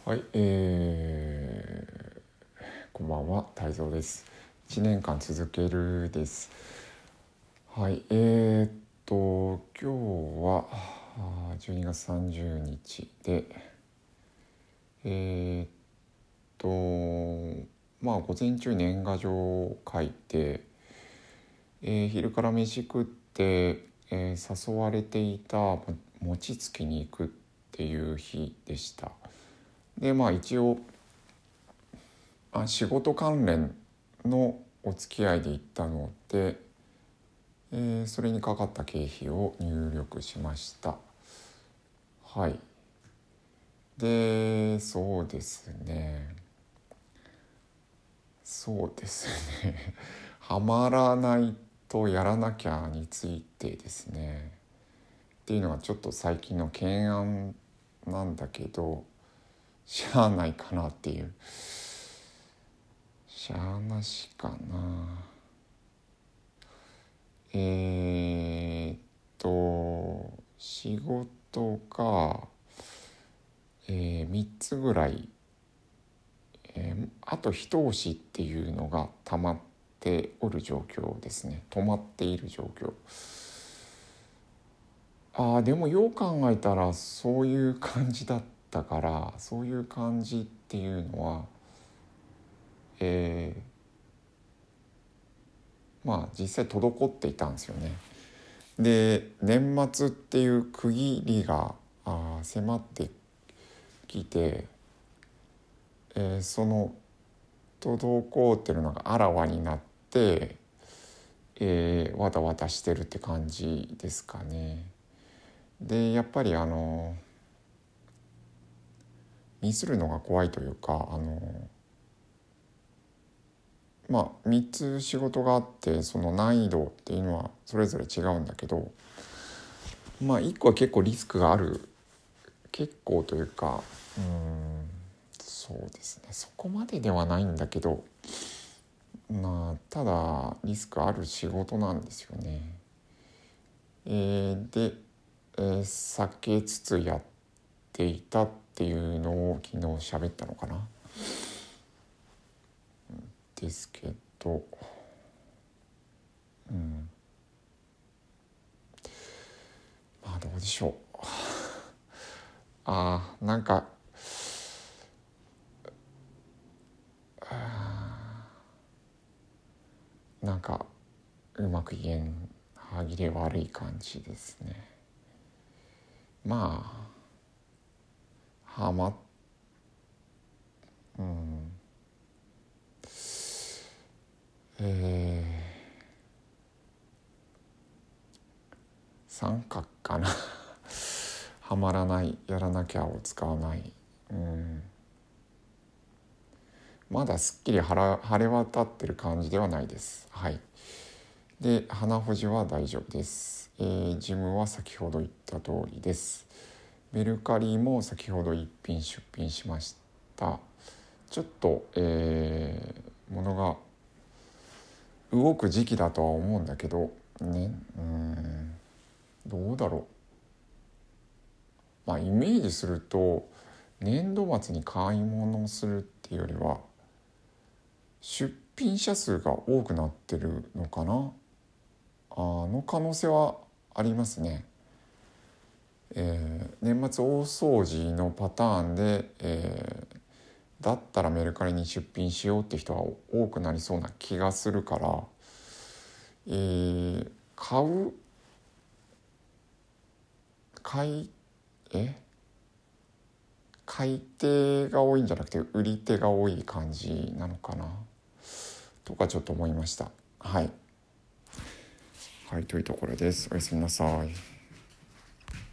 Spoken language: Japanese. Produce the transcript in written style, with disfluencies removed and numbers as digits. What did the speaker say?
はい、こんばんは、泰造です。1年間続けるです。はい、今日は12月30日で、午前中年賀状を書いて、昼から飯食って、誘われていた餅つきに行くっていう日でした。で、一応仕事関連のお付き合いで行ったので、それにかかった経費を入力しました。はい。で、そうですねハマらないとやらなきゃについてですねっていうのがちょっと最近の懸案なんだけど、しゃあないかなっていう、しゃあなしかな。仕事が、3つぐらい、あと一押しっていうのが溜まっておる状況ですね。止まっている状況。でもよう考えたらそういう感じだったから、そういう感じっていうのは、実際滞っていたんですよね。で、年末っていう区切りが迫ってきて、その滞ってるのがあらわになって、わたわたしてるって感じですかね。で、やっぱりミスるのが怖いというか、3つ仕事があって、その難易度っていうのはそれぞれ違うんだけど、1個は結構リスクがある、結構というか、そうですね、そこまでではないんだけど、ただリスクある仕事なんですよね。で、避けつつやっていたっていうのを昨日喋ったのかな。ですけど、どうでしょう。なんかなんかうまく言えん、歯切れ悪い感じですね。はまうん三角かなはまらない、やらなきゃを使わない。まだすっきり晴れ渡ってる感じではないです。はい。で、鼻ほじは大丈夫です。ジムは先ほど言った通りです。メルカリも先ほど一品出品しました。ちょっと、物が動く時期だとは思うんだけどね。どうだろう。イメージすると年度末に買い物をするっていうよりは出品者数が多くなってるのかな。の可能性はありますね。年末大掃除のパターンで、だったらメルカリに出品しようって人は多くなりそうな気がするから、買い手が多いんじゃなくて売り手が多い感じなのかなとかちょっと思いました。はい、はい、というところです。おやすみなさい。